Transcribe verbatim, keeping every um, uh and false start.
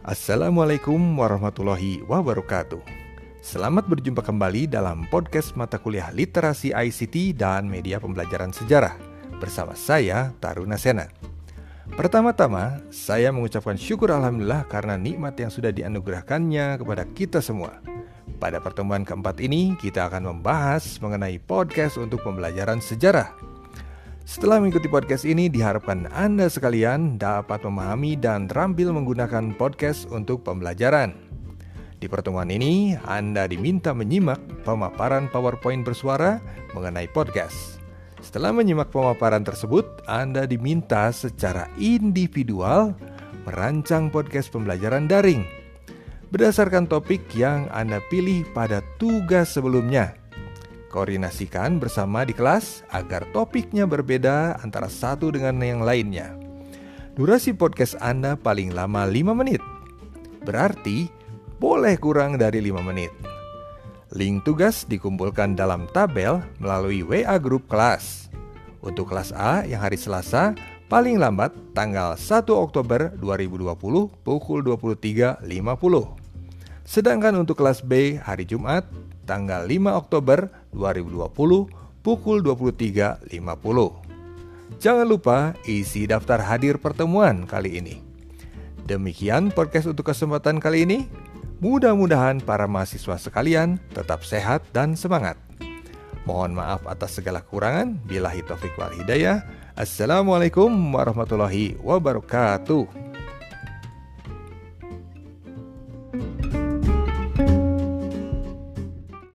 Assalamualaikum warahmatullahi wabarakatuh. Selamat berjumpa kembali dalam podcast mata kuliah literasi I C T dan media pembelajaran sejarah bersama saya, Taruna Sena. Pertama-tama, saya mengucapkan syukur Alhamdulillah karena nikmat yang sudah dianugerahkannya kepada kita semua. Pada pertemuan keempat ini, kita akan membahas mengenai podcast untuk pembelajaran sejarah. Setelah mengikuti podcast ini, diharapkan Anda sekalian dapat memahami dan terampil menggunakan podcast untuk pembelajaran. Di pertemuan ini, Anda diminta menyimak pemaparan PowerPoint bersuara mengenai podcast. Setelah menyimak pemaparan tersebut, Anda diminta secara individual merancang podcast pembelajaran daring berdasarkan topik yang Anda pilih pada tugas sebelumnya. Koordinasikan bersama di kelas agar topiknya berbeda antara satu dengan yang lainnya. Durasi podcast Anda paling lama lima menit. Berarti boleh kurang dari lima menit. Link tugas dikumpulkan dalam tabel melalui W A grup kelas. Untuk kelas A yang hari Selasa, paling lambat tanggal satu Oktober dua ribu dua puluh pukul dua puluh tiga lima puluh. Sedangkan untuk kelas B hari Jumat, tanggal lima Oktober dua ribu dua puluh pukul dua puluh tiga lima puluh. Jangan lupa isi daftar hadir pertemuan kali ini. Demikian podcast untuk kesempatan kali ini. Mudah-mudahan para mahasiswa sekalian tetap sehat dan semangat. Mohon maaf atas segala kekurangan. Billahi taufiq wal hidayah. Assalamualaikum warahmatullahi wabarakatuh.